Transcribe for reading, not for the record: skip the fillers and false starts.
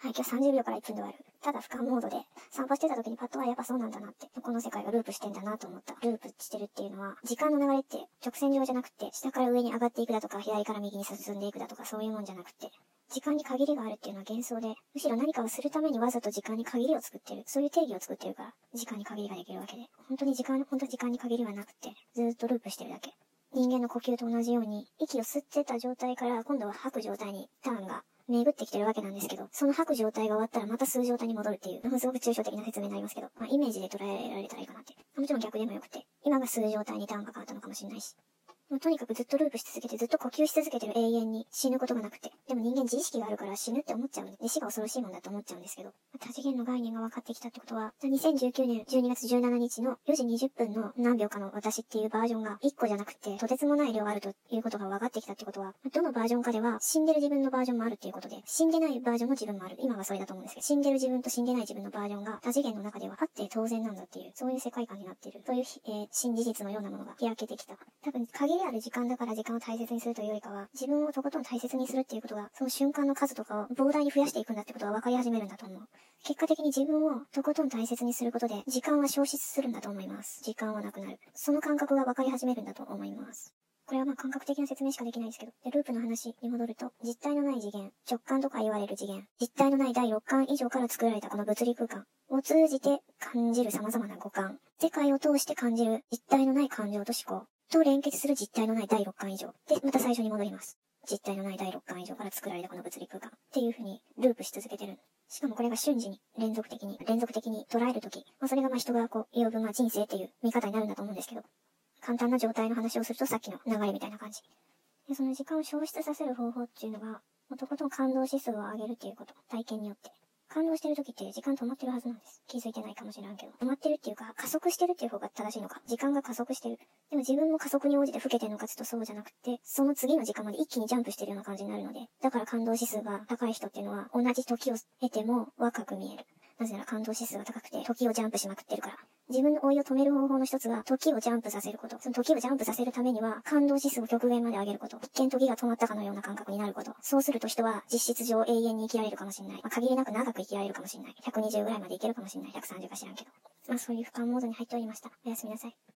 はい、今日30秒から1分で終わる。ただ俯瞰モードで散歩してた時にパッとはやっぱそうなんだなって。この世界がループしてんだなと思った。ループしてるっていうのは、時間の流れって直線上じゃなくて、下から上に上がっていくだとか、左から右に進んでいくだとか、そういうもんじゃなくて、時間に限りがあるっていうのは幻想で、むしろ何かをするためにわざと時間に限りを作ってる。そういう定義を作ってるから、時間に限りができるわけで。本当に時間に限りはなくて、ずーっとループしてるだけ。人間の呼吸と同じように、息を吸ってた状態から今度は吐く状態にターンが巡ってきてるわけなんですけど、その吐く状態が終わったらまた吸う状態に戻るっていう、すごく抽象的な説明になりますけど、イメージで捉えられたらいいかなって。もちろん逆でもよくて、今が吸う状態にターンが変わったのかもしれないし。とにかくずっとループし続けてずっと呼吸し続けてる永遠に死ぬことがなくて。でも人間自意識があるから死ぬって思っちゃうんで、死が恐ろしいもんだと思っちゃうんですけど、多次元の概念が分かってきたってことは、2019年12月17日の4時20分の何秒かの私っていうバージョンが1個じゃなくて、とてつもない量あるということが分かってきたってことは、どのバージョンかでは死んでる自分のバージョンもあるっていうことで、死んでないバージョンの自分もある。今はそれだと思うんですけど、死んでる自分と死んでない自分のバージョンが多次元の中ではあって当然なんだっていう、そういう世界観になっている。そういう、新事実のようなものが開けてきた。多分限りある時間だから時間を大切にするというよりかは、自分をとことん大切にするっていうことが、その瞬間の数とかを膨大に増やしていくんだってことが分かり始めるんだと思う。結果的に自分をとことん大切にすることで、時間は消失するんだと思います。時間はなくなる。その感覚が分かり始めるんだと思います。これは感覚的な説明しかできないですけど、で、ループの話に戻ると、実体のない次元、直感とか言われる次元、実体のない第6感以上から作られたこの物理空間を通じて感じる様々な五感、世界を通して感じる実体のない感情と思考、と連結する実体のない第6感以上。で、また最初に戻ります。実体のない第6感以上から作られたこの物理空間っていう風にループし続けてる。しかもこれが瞬時に連続的に捉えるとき、それが人が呼ぶ人生っていう見方になるんだと思うんですけど、簡単な状態の話をするとさっきの流れみたいな感じ。で、その時間を消失させる方法っていうのが、とことん感動指数を上げるっていうこと、体験によって。感動してる時って時間止まってるはずなんです。気づいてないかもしれんけど。止まってるっていうか、加速してるっていう方が正しいのか。時間が加速してる。でも自分も加速に応じて老けてるのかちょっとそうじゃなくて、その次の時間まで一気にジャンプしてるような感じになるので、だから感動指数が高い人っていうのは、同じ時を経ても若く見える。なぜなら感動指数が高くて、時をジャンプしまくってるから。自分の老いを止める方法の一つが、時をジャンプさせること。その時をジャンプさせるためには、感動指数を極限まで上げること。一見時が止まったかのような感覚になること。そうすると人は実質上永遠に生きられるかもしれない。限りなく長く生きられるかもしれない。120ぐらいまでいけるかもしれない。130か知らんけど。そういう俯瞰モードに入っておりました。おやすみなさい。